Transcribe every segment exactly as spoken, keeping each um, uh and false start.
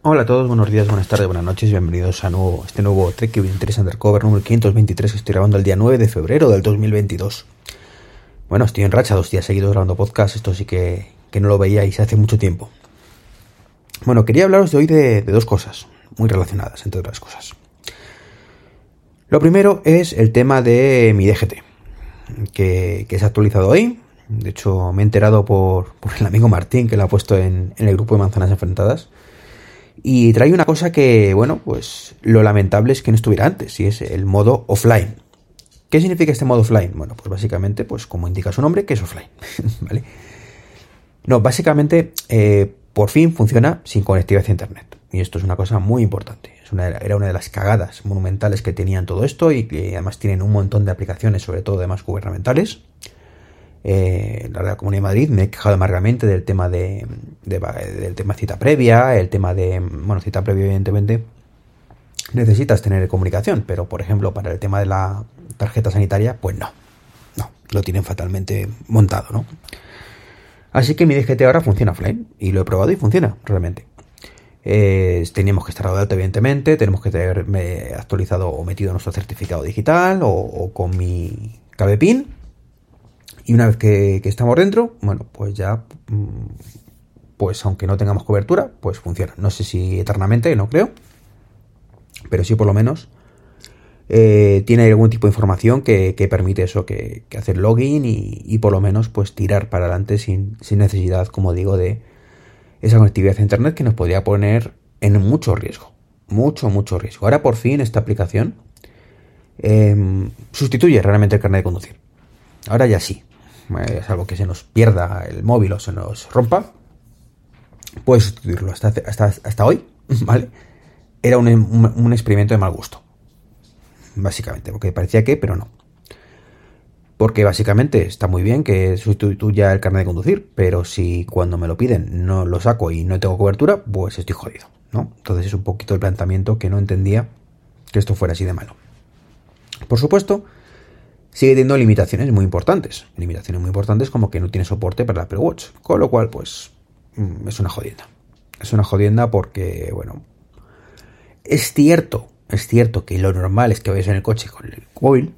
Hola a todos, buenos días, buenas tardes, buenas noches, bienvenidos a nuevo, este nuevo Trek veintitrés Undercover número quinientos veintitrés que estoy grabando el día nueve de febrero del dos mil veintidós. Bueno, estoy en racha, dos días seguidos grabando podcast, esto sí que, que no lo veíais hace mucho tiempo. Bueno, quería hablaros de hoy de, de dos cosas, muy relacionadas, entre otras cosas. Lo primero es el tema de mi D G T, que, que se ha actualizado hoy. De hecho, me he enterado por, por el amigo Martín, que lo ha puesto en, en el grupo de Manzanas Enfrentadas. Y trae una cosa que, bueno, pues lo lamentable es que no estuviera antes, y es el modo offline. ¿Qué significa este modo offline? Bueno, pues básicamente, pues como indica su nombre, que es offline, ¿vale? No, básicamente, eh, por fin funciona sin conectividad a internet. Y esto es una cosa muy importante. Es una, era una de las cagadas monumentales que tenían todo esto y que además tienen un montón de aplicaciones, sobre todo además gubernamentales. Eh, la, la Comunidad de Madrid me he quejado amargamente del tema de, de, del tema cita previa, el tema de, bueno, cita previa evidentemente necesitas tener comunicación, pero por ejemplo para el tema de la tarjeta sanitaria, pues no, no, lo tienen fatalmente montado, ¿no? Así que mi D G T ahora funciona offline y lo he probado y funciona realmente. Eh, teníamos que estar dado de alta evidentemente, tenemos que tener eh, actualizado o metido nuestro certificado digital o, o con mi K B PIN. Y una vez que, que estamos dentro, bueno, pues ya, pues aunque no tengamos cobertura, pues funciona. No sé si eternamente, no creo, pero sí por lo menos eh, tiene algún tipo de información que, que permite eso, que, que hacer login y, y por lo menos pues tirar para adelante sin, sin necesidad, como digo, de esa conectividad a internet que nos podría poner en mucho riesgo. Mucho, mucho riesgo. Ahora por fin esta aplicación eh, sustituye realmente el carnet de conducir. Ahora ya sí. Es algo que se nos pierda el móvil o se nos rompa, puedes sustituirlo. Hasta, hasta, hasta hoy, ¿vale? Era un, un, un experimento de mal gusto, básicamente, porque parecía que, pero no. Porque básicamente está muy bien que sustituya el carnet de conducir, pero si cuando me lo piden no lo saco y no tengo cobertura, pues estoy jodido, ¿no? Entonces es un poquito el planteamiento que no entendía que esto fuera así de malo. Por supuesto, sigue teniendo limitaciones muy importantes. Limitaciones muy importantes como que no tiene soporte para el Apple Watch. Con lo cual, pues, es una jodienda. Es una jodienda porque, bueno, es cierto, es cierto que lo normal es que vayas en el coche con el móvil.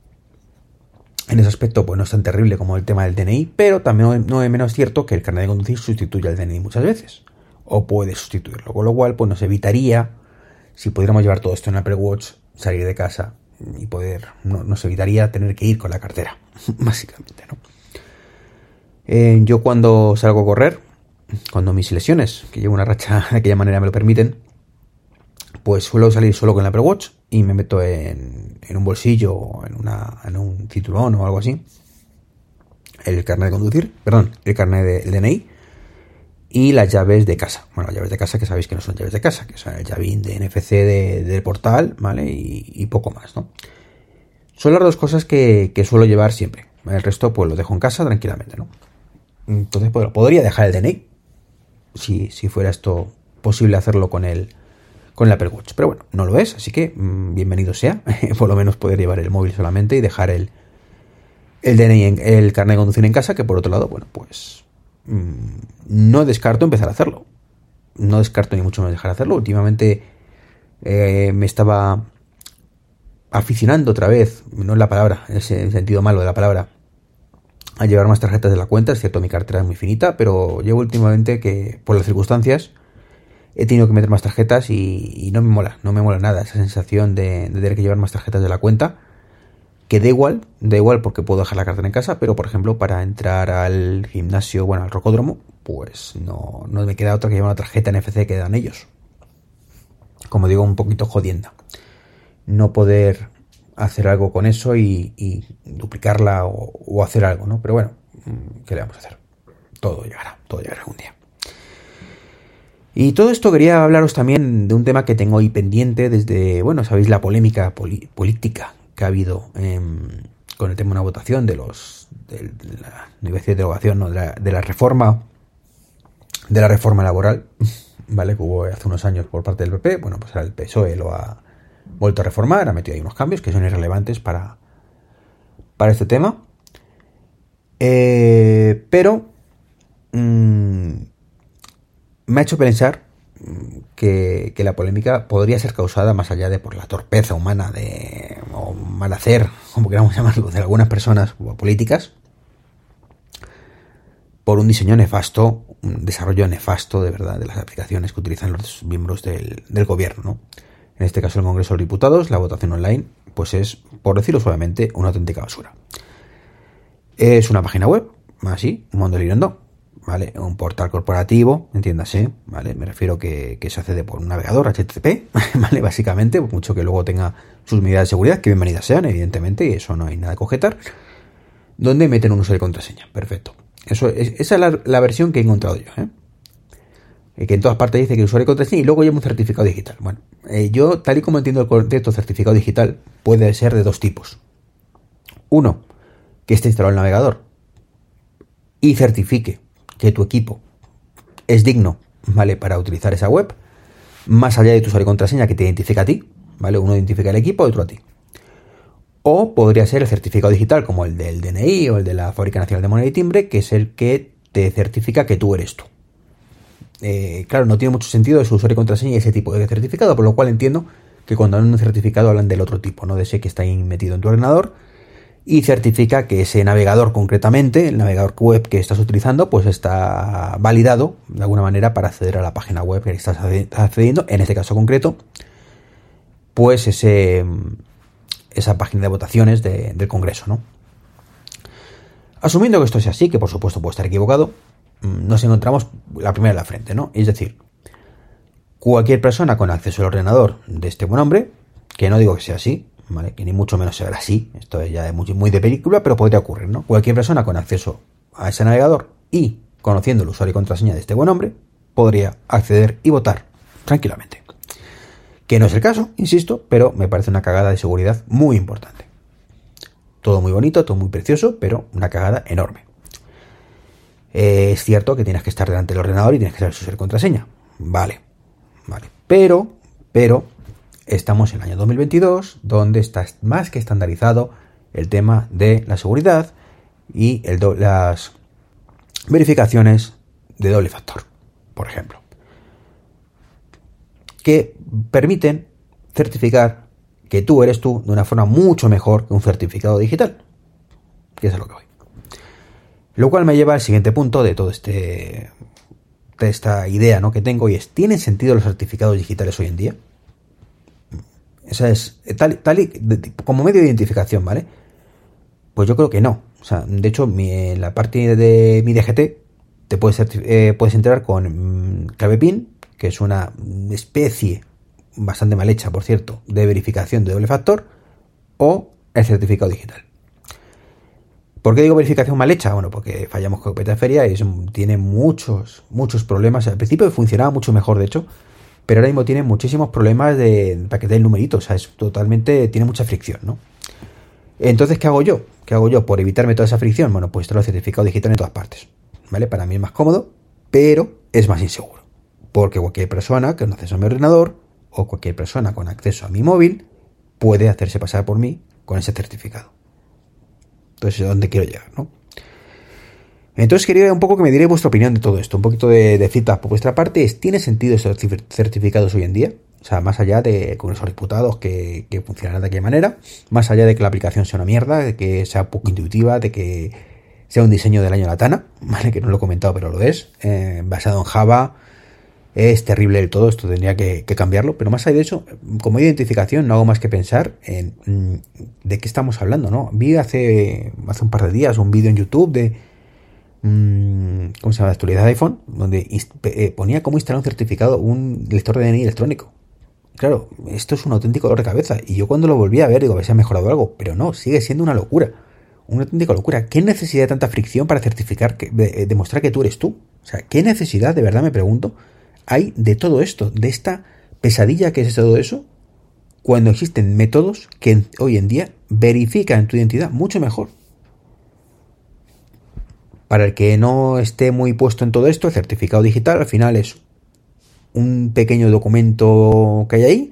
En ese aspecto, pues no es tan terrible como el tema del D N I, pero también no es menos cierto que el carnet de conducir sustituye al D N I muchas veces. O puede sustituirlo. Con lo cual, pues nos evitaría, si pudiéramos llevar todo esto en el Apple Watch, salir de casa y poder, no, nos evitaría tener que ir con la cartera, básicamente, ¿no? Eh, yo cuando salgo a correr, cuando mis lesiones, que llevo una racha de aquella manera me lo permiten, pues suelo salir solo con el Apple Watch y me meto en, en un bolsillo o en, una, en un cinturón o algo así el carnet de conducir, perdón, el carnet del D N I y las llaves de casa. Bueno, las llaves de casa que sabéis que no son llaves de casa, que son el llavín de N F C de, del portal, ¿vale? Y, y poco más, ¿no? Son las dos cosas que, que suelo llevar siempre. El resto pues lo dejo en casa tranquilamente, ¿no? Entonces pues, podría dejar el D N I si, si fuera esto posible hacerlo con el, con el Apple Watch. Pero bueno, no lo es, así que mmm, bienvenido sea. Por lo menos poder llevar el móvil solamente y dejar el, el D N I, en, el carnet de conducir en casa, que por otro lado, bueno, pues no descarto empezar a hacerlo. No descarto ni mucho menos dejar de hacerlo. Últimamente eh, me estaba aficionando otra vez, no es la palabra, en ese sentido malo de la palabra, a llevar más tarjetas de la cuenta. Es cierto, mi cartera es muy finita, pero llevo últimamente que, por las circunstancias, he tenido que meter más tarjetas y, y no me mola, no me mola nada esa sensación de, de tener que llevar más tarjetas de la cuenta. Que da igual, da igual porque puedo dejar la cartera en casa, pero por ejemplo para entrar al gimnasio, bueno, al rocódromo, pues no, no me queda otra que llevar una tarjeta N F C que dan ellos. Como digo, un poquito jodienda. No poder hacer algo con eso y, y duplicarla o, o hacer algo, ¿no? Pero bueno, ¿qué le vamos a hacer? Todo llegará, todo llegará algún día. Y todo esto quería hablaros también de un tema que tengo ahí pendiente desde, bueno, sabéis la polémica poli- política que ha habido eh, con el tema de una votación de los de, de la no iba a decir derogación, no, de la, de la reforma de la reforma laboral, vale, que hubo hace unos años por parte del P P. Bueno, pues ahora el P S O E lo ha vuelto a reformar, ha metido ahí unos cambios que son irrelevantes para para este tema, eh, pero mmm, me ha hecho pensar que, que la polémica podría ser causada más allá de por la torpeza humana de, o mal hacer, como queramos llamarlo, de algunas personas o políticas, por un diseño nefasto, un desarrollo nefasto de verdad de las aplicaciones que utilizan los miembros del, del gobierno, ¿no? En este caso el Congreso de los Diputados, la votación online, pues es, por decirlo suavemente, una auténtica basura. Es una página web, así, un mundo lindo, ¿vale? Un portal corporativo, entiéndase, ¿vale? Me refiero que, que se accede por un navegador H T T P, ¿vale? Básicamente, por mucho que luego tenga sus medidas de seguridad, que bienvenidas sean, evidentemente, y eso no hay nada que objetar, donde meten un usuario y contraseña, perfecto. Eso es, esa es la, la versión que he encontrado yo, ¿eh? Que en todas partes dice que usuario y contraseña y luego lleva un certificado digital. Bueno, eh, yo, tal y como entiendo el concepto certificado digital, puede ser de dos tipos. Uno, que esté instalado en el navegador y certifique que tu equipo es digno, ¿vale?, para utilizar esa web, más allá de tu usuario y contraseña que te identifica a ti, ¿vale? Uno identifica al equipo y otro a ti. O podría ser el certificado digital, como el del D N I o el de la Fábrica Nacional de Moneda y Timbre, que es el que te certifica que tú eres tú. Eh, claro, no tiene mucho sentido su usuario y contraseña y ese tipo de certificado, por lo cual entiendo que cuando hablan de un certificado hablan del otro tipo, no de ese que está ahí metido en tu ordenador y certifica que ese navegador concretamente, el navegador web que estás utilizando, pues está validado de alguna manera para acceder a la página web que estás accediendo, en este caso concreto, pues ese... esa página de votaciones de, del Congreso, ¿no? Asumiendo que esto sea así, que por supuesto puede estar equivocado, nos encontramos la primera en la frente, ¿no? Es decir, cualquier persona con acceso al ordenador de este buen hombre, que no digo que sea así, ¿vale?, que ni mucho menos será así, esto es ya muy, muy de película, pero podría ocurrir, ¿no? Cualquier persona con acceso a ese navegador y conociendo el usuario y contraseña de este buen hombre, podría acceder y votar tranquilamente. Que no es el caso, insisto, pero me parece una cagada de seguridad muy importante. Todo muy bonito, todo muy precioso, pero una cagada enorme. Eh, es cierto que tienes que estar delante del ordenador y tienes que saber su usuario y contraseña. Vale, vale. Pero, pero, estamos en el año dos mil veintidós, donde está más que estandarizado el tema de la seguridad y el do- las verificaciones de doble factor, por ejemplo, que permiten certificar que tú eres tú de una forma mucho mejor que un certificado digital, que es a lo que voy. Lo cual me lleva al siguiente punto de todo este de esta idea, ¿no?, que tengo, y es: ¿tienen sentido los certificados digitales hoy en día? Esa es tal, tal y de, como medio de identificación, ¿vale? Pues yo creo que no. O sea, de hecho, mi, en la parte de mi D G T te puedes, eh, puedes entrar con mmm, clave PIN, que es una especie bastante mal hecha, por cierto, de verificación de doble factor, o el certificado digital. ¿Por qué digo verificación mal hecha? Bueno, porque fallamos con Copeta de Feria y eso tiene muchos, muchos problemas. Al principio funcionaba mucho mejor, de hecho, pero ahora mismo tiene muchísimos problemas de, para que te dé el numerito. O sea, es totalmente, tiene mucha fricción, ¿no? Entonces, ¿qué hago yo? ¿Qué hago yo por evitarme toda esa fricción? Bueno, pues instalo el certificado digital en todas partes, ¿vale? Para mí es más cómodo, pero es más inseguro. Porque cualquier persona con acceso a mi ordenador o cualquier persona con acceso a mi móvil puede hacerse pasar por mí con ese certificado. Entonces, ¿a dónde quiero llegar, no? Entonces, quería un poco que me dierais vuestra opinión de todo esto, un poquito de, de feedback por vuestra parte. ¿Tiene sentido esos certificados hoy en día? O sea, más allá de con esos diputados que, que funcionarán de aquella manera, más allá de que la aplicación sea una mierda, de que sea poco intuitiva, de que sea un diseño del año Latana, ¿vale? Que no lo he comentado, pero lo es, eh, basado en Java. Es terrible del todo, esto tendría que, que cambiarlo, pero más allá de eso, como identificación, no hago más que pensar en mmm, de qué estamos hablando, ¿no? Vi hace, hace un par de días un vídeo en YouTube de, mmm, ¿cómo se llama?, de actualidad de iPhone, donde eh, ponía cómo instalar un certificado, un lector de D N I electrónico. Claro, esto es un auténtico dolor de cabeza, y yo cuando lo volví a ver, digo, a ver si ha mejorado algo, pero no, sigue siendo una locura, una auténtica locura. ¿Qué necesidad de tanta fricción para certificar, que, de, demostrar que tú eres tú? O sea, ¿qué necesidad, de verdad me pregunto, hay de todo esto, de esta pesadilla que es todo eso, cuando existen métodos que hoy en día verifican tu identidad mucho mejor? Para el que no esté muy puesto en todo esto, el certificado digital al final es un pequeño documento que hay ahí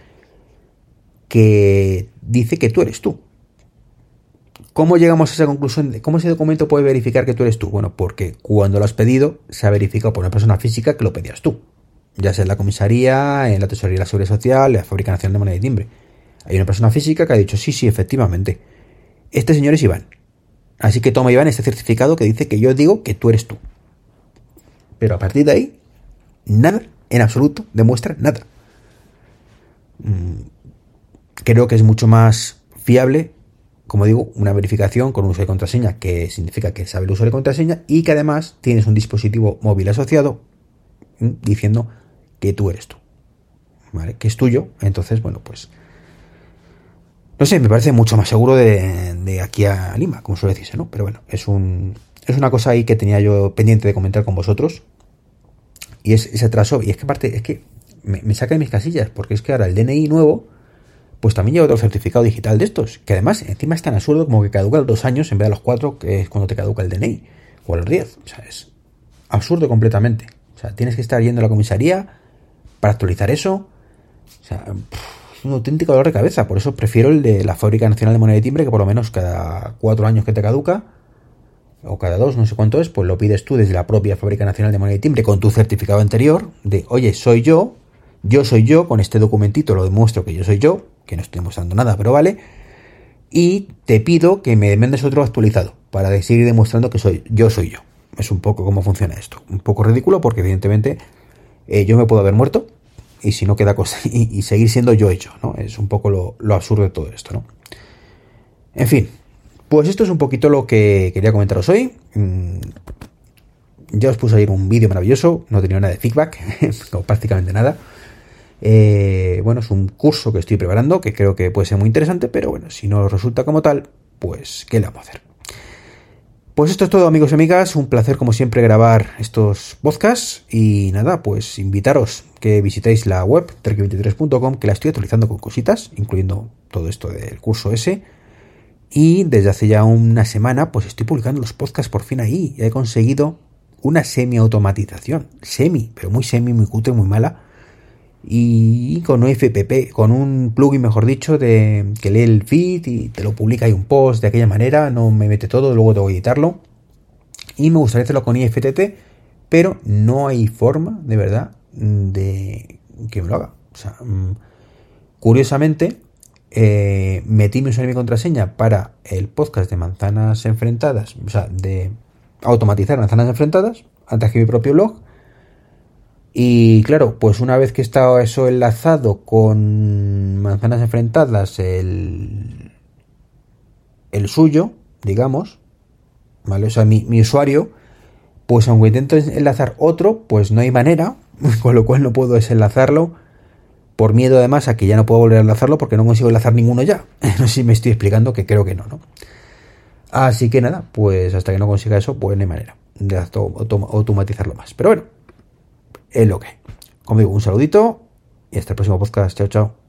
que dice que tú eres tú. ¿Cómo llegamos a esa conclusión? ¿Cómo ese documento puede verificar que tú eres tú? Bueno, porque cuando lo has pedido se ha verificado por una persona física que lo pedías tú. ya sea en la comisaría, en la tesorería de la Seguridad Social, en la Fábrica Nacional de Moneda y Timbre. Hay una persona física que ha dicho, sí, sí, efectivamente, este señor es Iván. Así que toma, Iván, este certificado que dice que yo digo que tú eres tú. Pero a partir de ahí, nada, en absoluto, demuestra nada. Creo que es mucho más fiable, como digo, una verificación con uso de contraseña, que significa que sabe el uso de contraseña y que además tienes un dispositivo móvil asociado diciendo que tú eres tú, ¿vale? Que es tuyo. Entonces, bueno, pues no sé, me parece mucho más seguro de, de aquí a Lima, como suele decirse, ¿no? Pero bueno, es un es una cosa ahí que tenía yo pendiente de comentar con vosotros. Y es ese atraso, y es que aparte, es que me, me saca de mis casillas, porque es que ahora el D N I nuevo, pues también lleva otro certificado digital de estos, que además encima es tan absurdo como que caduca a los dos años en vez de a los cuatro, que es cuando te caduca el D N I, o a los diez. O sea, es absurdo completamente. O sea, tienes que estar yendo a la comisaría para actualizar eso. O sea, pff, es un auténtico dolor de cabeza. Por eso prefiero el de la Fábrica Nacional de Moneda y Timbre, que por lo menos cada cuatro años que te caduca, o cada dos, no sé cuánto es, pues lo pides tú desde la propia Fábrica Nacional de Moneda y Timbre con tu certificado anterior de, oye, soy yo, yo soy yo, con este documentito lo demuestro que yo soy yo, que no estoy demostrando nada, pero vale, y te pido que me mandes otro actualizado para seguir demostrando que soy yo soy yo. Es un poco cómo funciona esto. Un poco ridículo porque evidentemente eh, yo me puedo haber muerto y si no queda cosa y, y seguir siendo yo hecho, ¿no? Es un poco lo, lo absurdo de todo esto, ¿no? En fin, pues esto es un poquito lo que quería comentaros hoy. Mm, ya os puse ayer un vídeo maravilloso, no he tenido nada de feedback, o prácticamente nada. Eh, bueno, es un curso que estoy preparando que creo que puede ser muy interesante, pero bueno, si no resulta como tal, pues ¿qué le vamos a hacer? Pues esto es todo, amigos y amigas, un placer como siempre grabar estos podcasts y nada, pues invitaros que visitéis la web trek veintitrés punto com, que la estoy actualizando con cositas, incluyendo todo esto del curso ese. Y desde hace ya una semana pues estoy publicando los podcasts por fin ahí. Ya he conseguido una semi-automatización. Semi, pero muy semi, muy cutre, muy mala. Y con un F P P, con un plugin, mejor dicho, de que lee el feed y te lo publica ahí un post de aquella manera. No me mete todo, luego tengo que editarlo. Y me gustaría hacerlo con I F T T, pero no hay forma, de verdad, de que me lo haga. O sea, curiosamente... Eh, metí mi usuario y mi contraseña para el podcast de Manzanas Enfrentadas, o sea, de automatizar Manzanas Enfrentadas, antes que mi propio blog. Y claro, pues una vez que está eso enlazado con Manzanas Enfrentadas, el, el suyo, digamos, ¿vale? O sea, mi, mi usuario, pues aunque intento enlazar otro, pues no hay manera, con lo cual no puedo desenlazarlo. Por miedo además a que ya no puedo volver a enlazarlo porque no consigo enlazar ninguno ya. No sé si me estoy explicando, que creo que no, ¿no? Así que nada, pues hasta que no consiga eso, pues no hay manera de autom- automatizarlo más. Pero bueno, es lo que hay. Como digo, un saludito y hasta el próximo podcast. Chao, chao.